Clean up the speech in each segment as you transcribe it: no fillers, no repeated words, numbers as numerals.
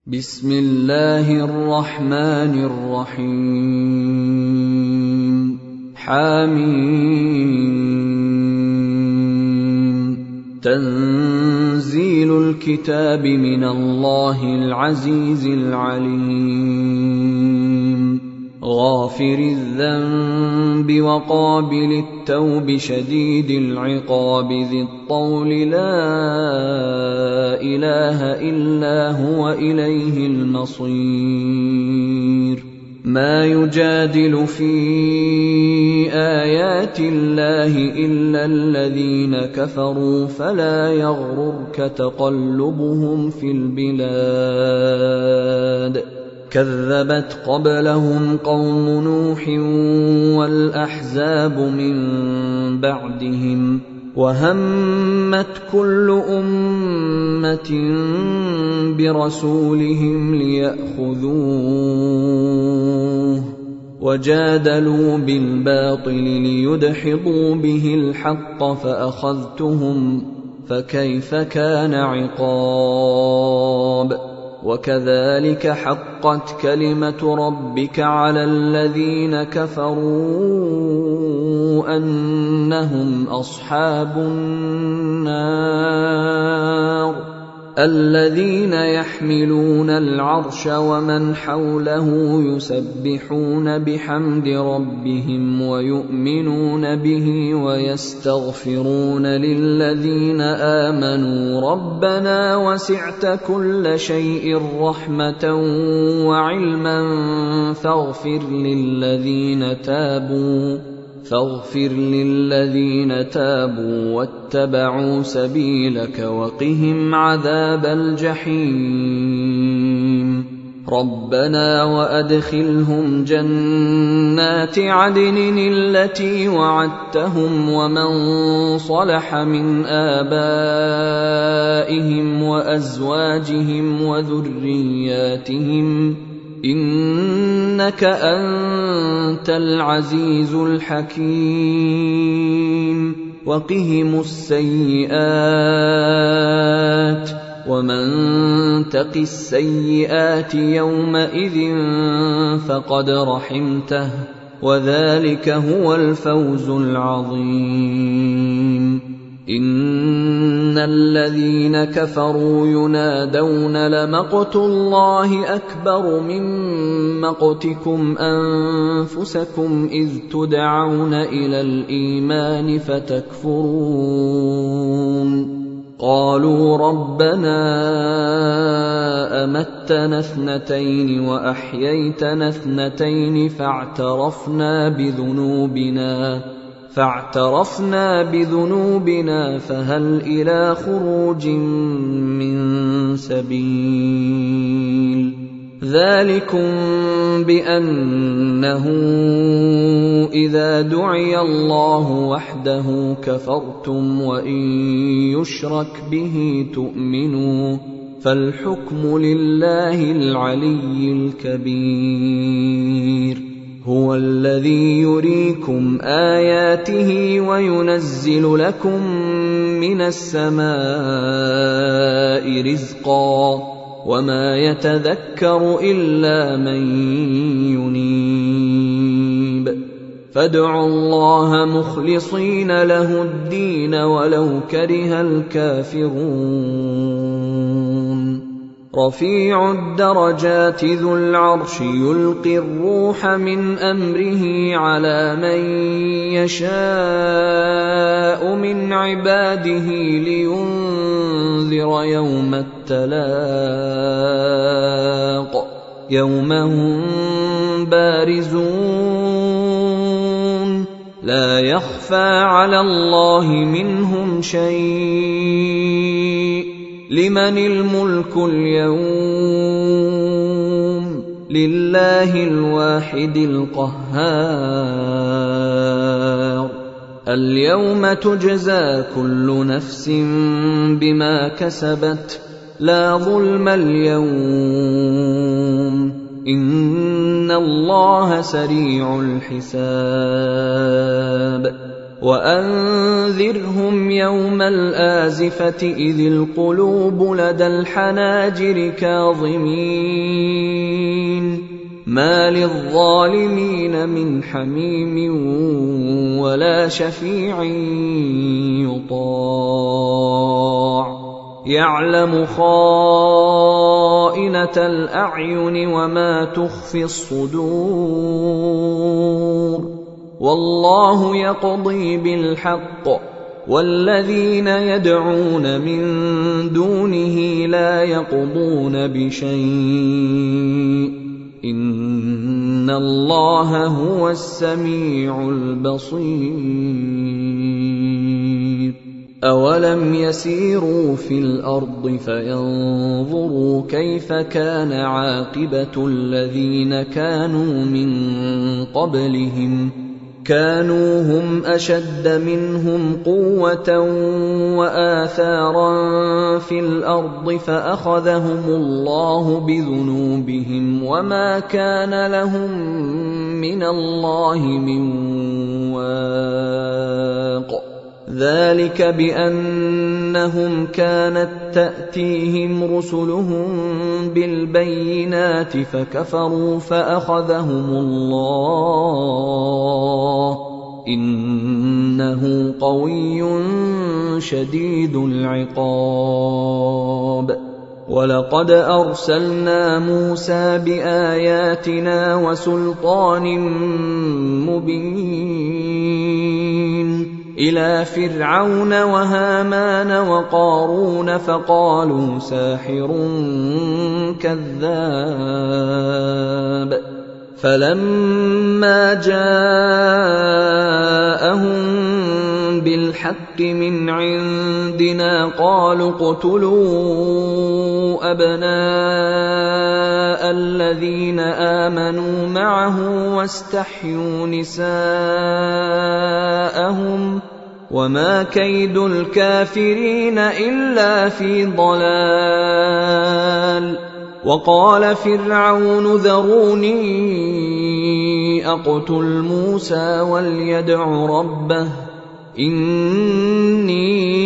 بسم الله الرحمن الرحيم حميم تنزيل الكتاب من الله العزيز العليم غافر الذنب وقابل التوب شديد العقاب ذي الطول لا إله إلا هو إليه المصير ما يجادل في آيات الله إلا الذين كفروا فلا يغررك تقلبهم في البلاد كذبت قبلهم قوم نوح والأحزاب من بعدهم وهمت كل أمة برسولهم ليأخذوه وجادلوا بالباطل ليدحضوا به الحق فأخذتهم فكيف كان عقاب وكذلك حقت كلمة ربك على الذين كفروا أنهم أصحاب النار الذين يحملون العرش ومن حوله يسبحون بحمد ربهم ويؤمنون به ويستغفرون للذين آمنوا ربنا وسعت كل شيء رحمة وعلما فاغفر للذين تابوا واتبعوا سبيلك وقهم عذاب الجحيم ربنا وأدخلهم جنات عدن التي وعدتهم ومن صلح من آبائهم وأزواجهم وذرياتهم إنك أنت العزيز الحكيم وقهم السيئات ومن تق السيئات يومئذ فقد رحمته وذلك هو الفوز العظيم إن الذين كفروا ينادون لمقت الله أكبر من مقتكم أنفسكم إذ تدعون إلى الإيمان فتكفرون قالوا ربنا أمتنا اثنتين وأحييتنا اثنتين فاعترفنا بذنوبنا فهل إلى خروج من سبيل ذلكم بأنه إذا دعي الله وحده كفرتم وإن يشرك به تؤمنوا فالحكم لله العلي الكبير هو الذي يريكم آياته وينزل لكم من السماء رزقا وما يتذكر إلا من ينيب فادعوا الله مخلصين له الدين ولو كره الكافرون رفيع الدرجات ذو العرش يلقي الروح من أمره على من يشاء من عباده لينذر يوم التلاق يوم هم بارزون لا يخفى على الله منهم شيء لمن الملك اليوم لله الواحد القهار اليوم تجزى كل نفس بما كسبت لا ظلم اليوم إن الله سريع الحساب وأنذرهم يوم الآزفة إذ القلوب لدى الحناجر كاظمين ما للظالمين من حميم ولا شفيع يطاع يعلم خائنة الأعين وما تخفي الصدور والله يقضي بالحق والذين يدعون من دونه لا يقضون بشيء إن الله هو السميع البصير أولم يسيروا في الأرض فينظروا كيف كان عاقبة الذين كانوا من قبلهم كانوا هم أشد منهم قوة وآثارا في الأرض فأخذهم الله بذنوبهم وما كان لهم من الله من واق ذلك بأنهم كانت تأتيهم رسلهم بالبينات فكفروا فأخذهم الله إنه قوي شديد العقاب ولقد أرسلنا موسى بآياتنا وسلطان مبين إلى فرعون وهامان وقارون فقالوا ساحر كذاب فلما جاءهم بالحق من عندنا قالوا اقتلوا أبناء الذين آمنوا معه واستحيوا نساءهم وما كيد الكافرين إلا في ضلال وقال فرعون ذروني أقتل موسى وليدع ربه إني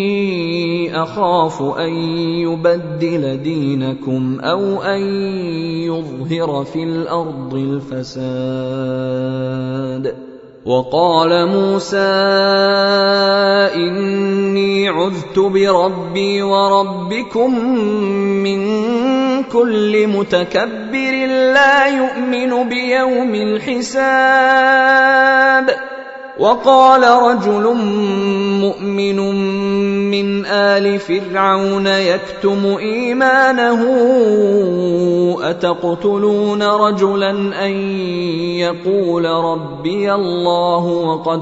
أخاف أن يبدل دينكم أو أن يظهر في الأرض الفساد وقال موسى إني عذت بربي وربكم من كل متكبر لا يؤمن بيوم الحساب وقال رجل مؤمن من آل فرعون يكتم إيمانه أتقتلون رجلا أن يقول ربي الله وقد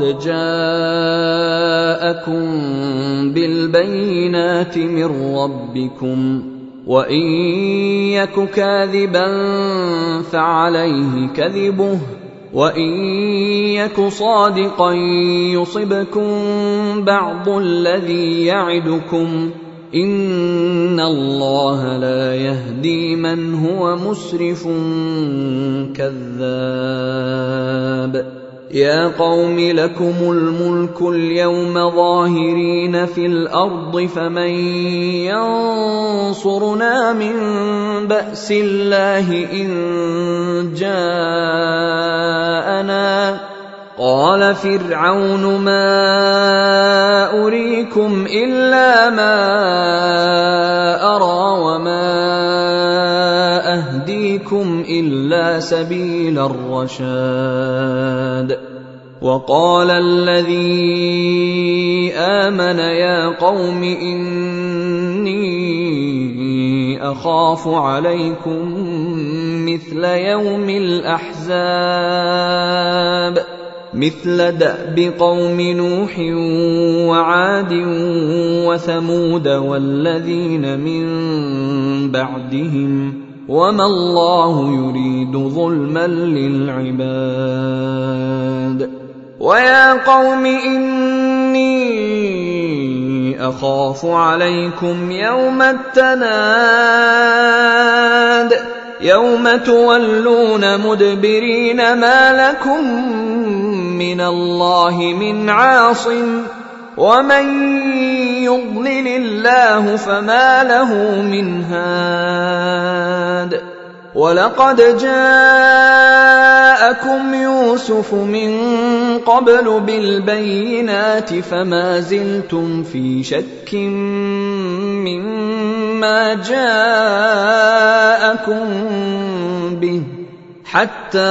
جاءكم بالبينات من ربكم وإن يك كاذبا فعليه كذبه وإن يك صادقا يصبكم بعض الذي يعدكم إن الله لا يهدي من هو مسرف كذاب يا قوم لكم الملك اليوم ظاهرين في الأرض فمن ينصرنا من بأس الله إن جاءنا قال فرعون ما أريكم إلا ما أرى وما أهديكم إلا سبيل الرشاد وقال الذي آمن يا قوم إني أخاف عليكم مثل يوم الأحزاب مثل دأب قوم نوح وعاد وثمود والذين من بعدهم وما الله يريد ظلما للعباد ويا قوم إني أخاف عليكم يوم التناد يوم تولون مدبرين ما لكم من الله من عاصم ومن يضلل الله فما له من هاد ولقد جاءكم يوسف من قبل بالبينات فما زلتم في شك مما جاءكم به حتى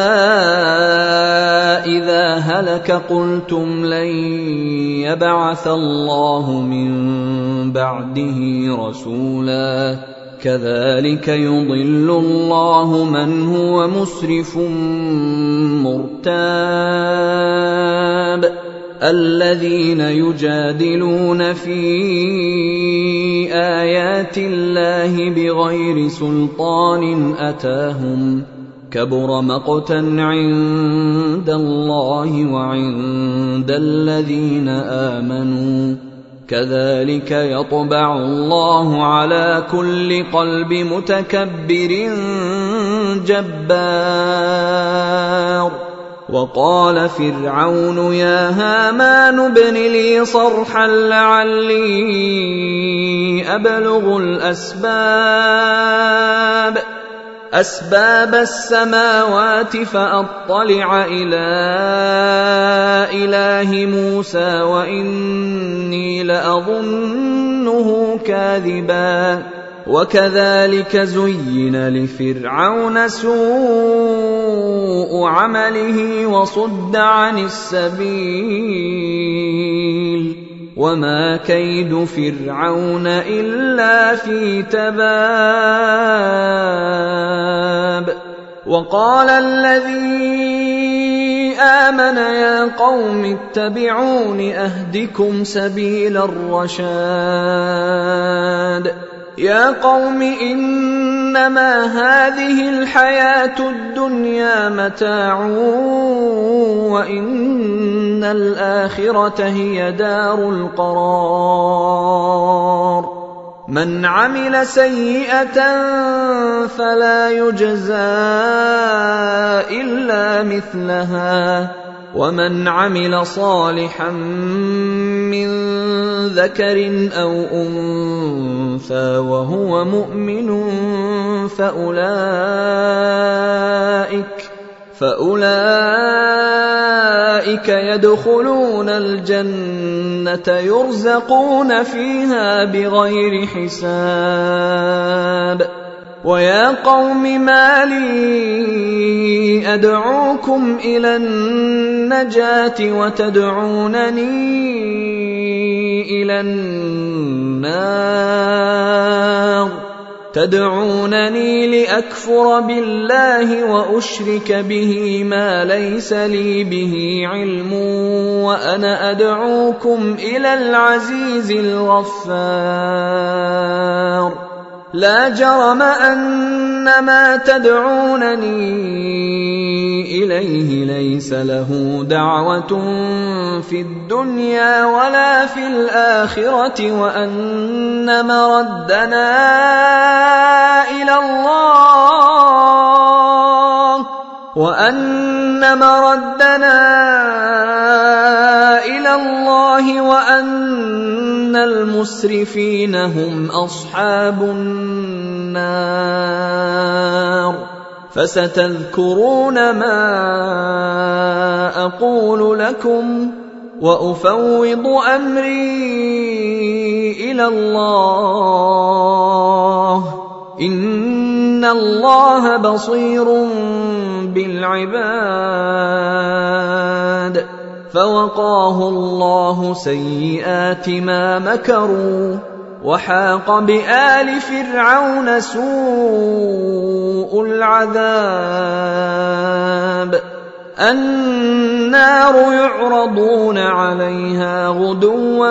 إذا هلك قلتم لن يبعث الله من بعده رسولا كذلك يضل الله من هو مسرف مرتاب الذين يجادلون في آيات الله بغير سلطان أتاهم كبر مقتا عند الله وعند الذين آمنوا كذلك يطبع الله على كل قلب متكبر جبار وقال فرعون يا هامان ابن لي صرحا لعلي أبلغ أسباب السماوات فأطلع إلى إله موسى وإني لأظنه كاذبا وكذلك زين لفرعون سوء عمله وصد عن السبيل وما كيد فرعون إلا في تباب وقال الذي آمن يا قوم اتبعون أهدكم سبيل الرشاد يا قوم إنما هذه الحياة الدنيا متاع وإن الآخرة هي دار القرار من عمل سيئة فلا يجزى إلا مثلها ومن عمل صالحا من ذكر أو أنثى وهو مؤمن فأولئك يدخلون الجنة يرزقون فيها بغير حساب ويا قوم ما لي أدعوكم إلى النجاة وتدعونني إلى النار تدعونني لأكفر بالله وأشرك به ما ليس لي به علم وأنا أدعوكم إلى العزيز الغفار لا جرم أن ما تدعونني إليه ليس له دعوة في الدنيا ولا في الآخرة وأن مردنا إلى الله وأن المسرفين هم أصحاب النار فستذكرون ما أقول لكم وأفوض أمري إلى الله إن الله بصير بالعباد فوقاه الله سيئات ما مكروا وحاق بآل فرعون سوء العذاب النار يعرضون عليها غدوا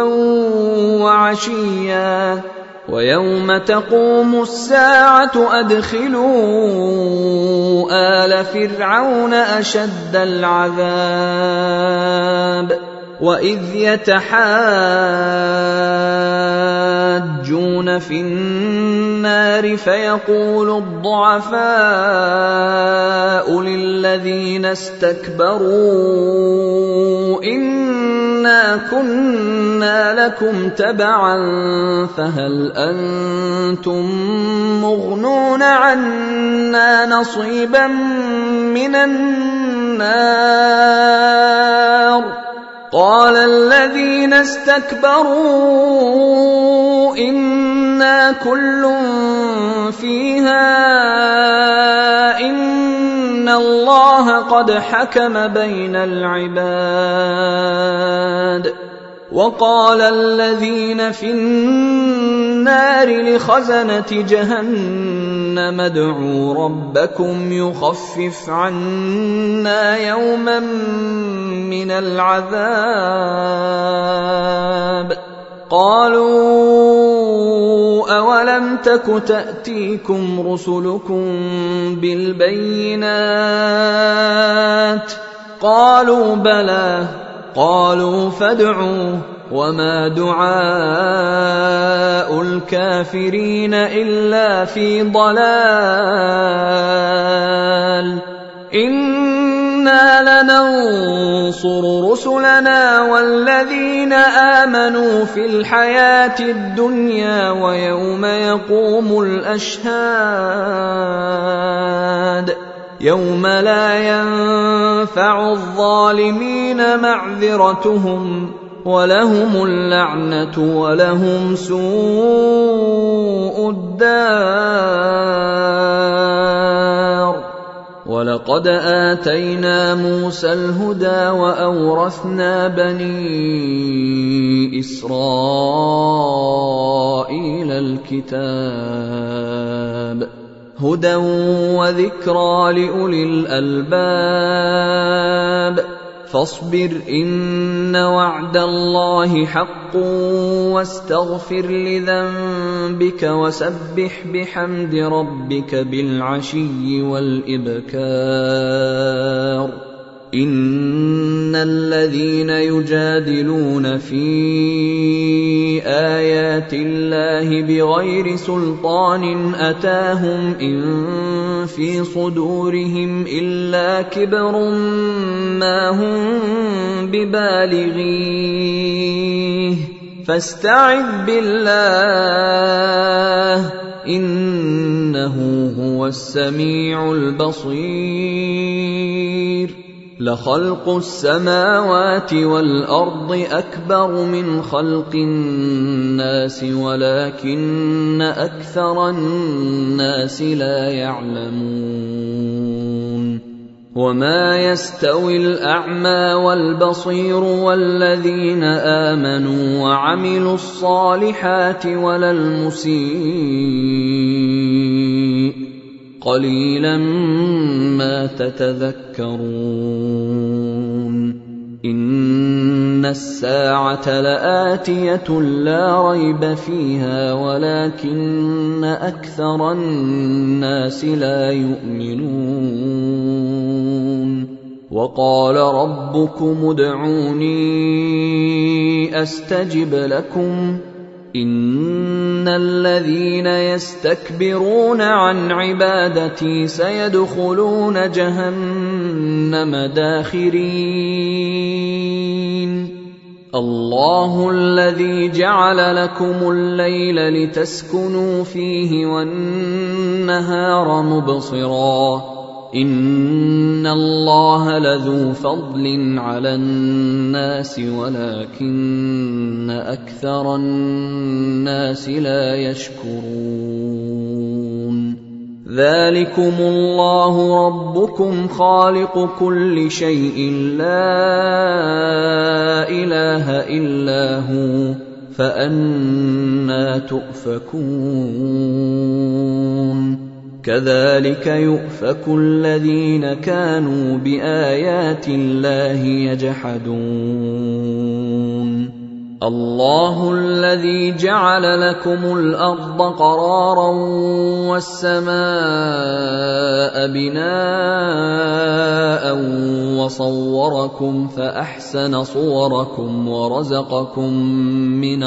وعشيا ويوم تقوم الساعة أدخلوا آل فرعون أشد العذاب وإذ يتحاجون في النار فيقول الضعفاء للذين استكبروا إنا كنا لكم تبعا فهل أنتم مغنون عنا نصيبا من النار قال الذين استكبروا إنا كل فيها إن الله قد حكم بين العباد وقال الذين في النار لخزنة جهنم ادعوا ربكم يخفف عنا يوما من العذاب قالوا أولم تك تأتيكم رسلكم بالبينات قالوا بلى قالوا فادعوا وما دعاء الكافرين إلا في ضلال إنا لننصر رسلنا والذين آمنوا في الحياة الدنيا ويوم يقوم الأشهاد يوم لا ينفع الظالمين معذرتهم ولهم اللعنة ولهم سوء الدار ولقد آتينا موسى الهدى وأورثنا بني إسرائيل الكتاب هدى وذكرى لأولي الألباب فاصبر إن وعد الله حق واستغفر لذنبك وسبح بحمد ربك بالعشي والإبكار إن الذين يجادلون في آيات الله بغير سلطان أتاهم إن في صدورهم إلا كبر ما هم ببالغيه فاستعذ بالله إنه هو السميع البصير لخلق السماوات والأرض أكبر من خلق الناس ولكن أكثر الناس لا يعلمون وما يستوي الأعمى والبصير والذين آمنوا وعملوا الصالحات ولا المسيء قليلا ما تتذكرون إن الساعة لآتية لا ريب فيها ولكن أكثر الناس لا يؤمنون وقال ربكم ادعوني أستجب لكم إن الذين يستكبرون عن عبادتي سيدخلون جهنم داخرين الله الذي جعل لكم الليل لتسكنوا فيه والنهار مبصرا إن الله لذو فضل على الناس ولكن أكثر الناس لا يشكرون ذلكم الله ربكم خالق كل شيء لا إله إلا هو فأنى تؤفكون كذلك يؤفك الذين كانوا بآيات الله يجحدون الله الذي جعل لكم الأرض قرارا والسماء بناء وصوركم فأحسن صوركم ورزقكم من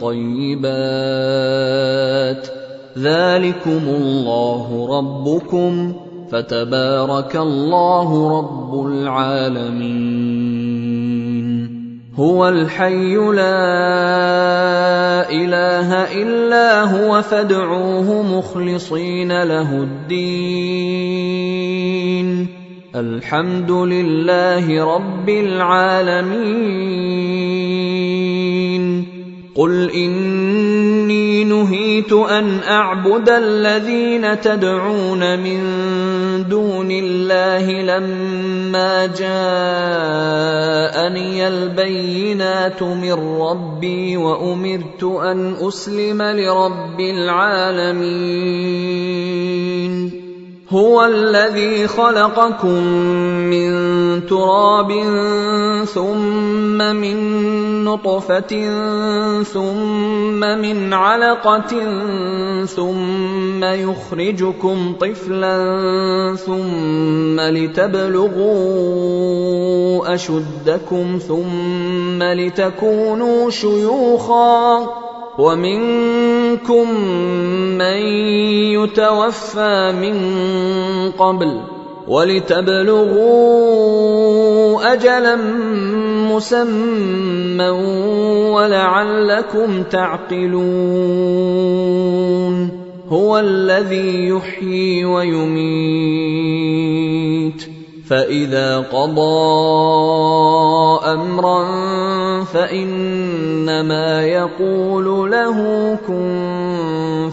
الطيبات ذلكم الله ربكم فتبارك الله رب العالمين هو الحي لا إله إلا هو فادعوه مخلصين له الدين الحمد لله رب العالمين قل إني نهيت أن أعبد الذين تدعون من دون الله لما جاءني البينات من ربي وأمرت أن أسلم لرب العالمين هو الذي خلقكم من تراب ثم من نطفة ثم من علقة ثم يخرجكم طفلا ثم لتبلغوا أشدكم ثم لتكونوا شيوخا ومنكم من يتوفى من قبل ولتبلغوا أجلا مسمى ولعلكم تعقلون هو الذي يحيي ويميت فإذا قضى أمرا فإنما يقول له كن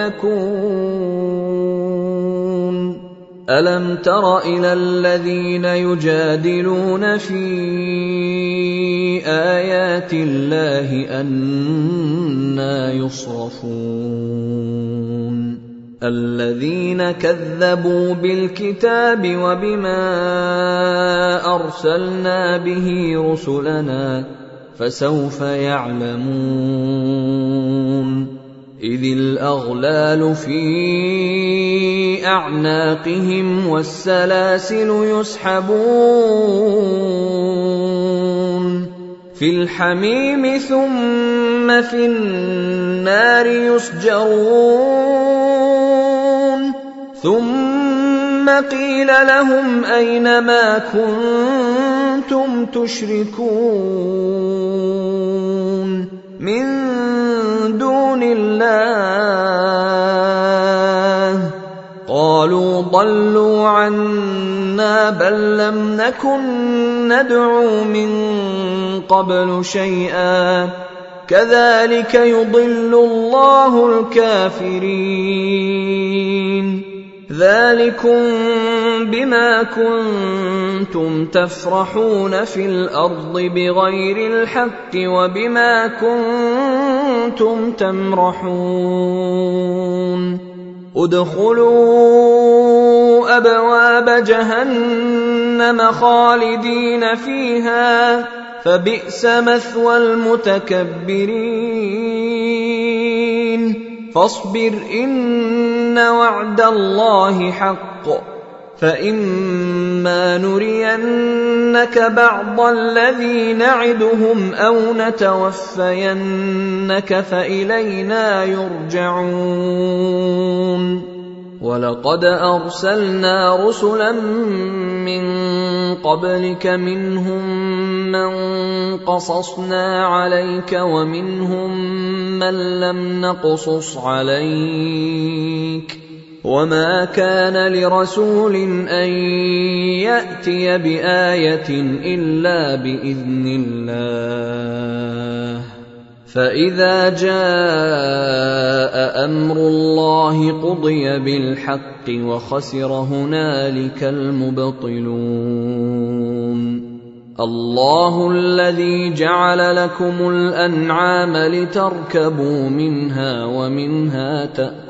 فيكون ألم تر إلى الذين يجادلون في آيات الله أنى يصرفون الذين كذبوا بالكتاب وبما أرسلنا به رسلنا فسوف يعلمون إذ الأغلال في أعناقهم والسلاسل يسحبون في الحميم ثم في النار يسجرون ثم قيل لهم أين ما كنتم تشركون من دون الله قالوا ضلوا عنا بل لم نكن ندعو من قبل شيئا كذلك يضل الله الكافرين ذلكم بما كنتم تفرحون في الأرض بغير الحق وبما كنتم تمرحون ادخلوا أبواب جهنم خالدين فيها فبئس مثوى المتكبرين فاصبر إن وعد الله حق فإما نرينك بعض الذي نعدهم أو نتوفينك فإلينا يرجعون ولقد أرسلنا رسلا من قبلك منهم من قصصنا عليك ومنهم من لم نقصص عليك وما كان لرسول أن يأتي بآية إلا بإذن الله فإذا جاء أمر الله قضي بالحق وخسر هنالك المبطلون الله الذي جعل لكم الأنعام لتركبوا منها ومنها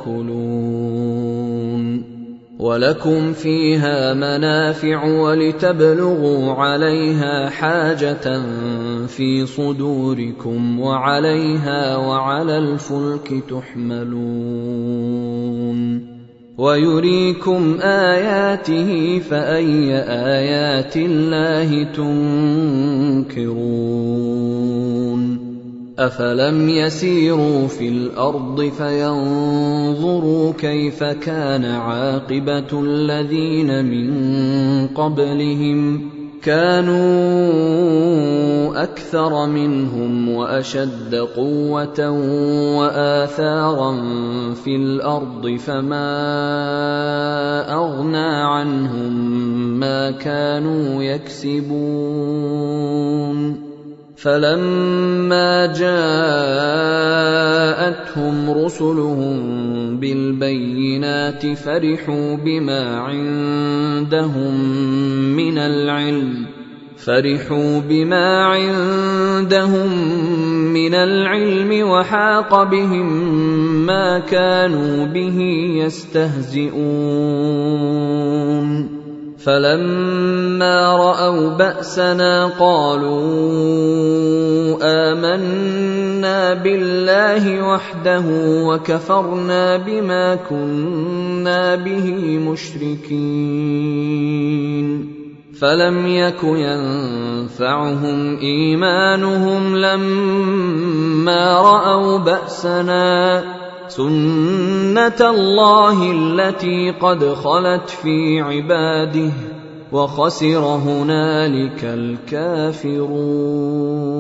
تأكلون ولكم فيها منافع ولتبلغوا عليها حاجة في صدوركم وعليها وعلى الفلك تحملون ويريكم آياته فأي آيات الله تنكرون أفلم يسيروا في الأرض فينظروا كيف كان عاقبة الذين من قبلهم كانوا أكثر منهم وأشد قوة وآثارا في الأرض فما أغنى عنهم ما كانوا يكسبون فلما جاءتهم رسلهم بالبينات فرحوا بما عندهم من العلم وحاق بهم ما كانوا به يستهزئون فلما رأوا بأسنا قالوا آمنا بالله وحده وكفرنا بما كنا به مشركين فلم يك ينفعهم إيمانهم لما رأوا بأسنا سنة الله التي قد خلت في عباده وخسر هنالك الكافرون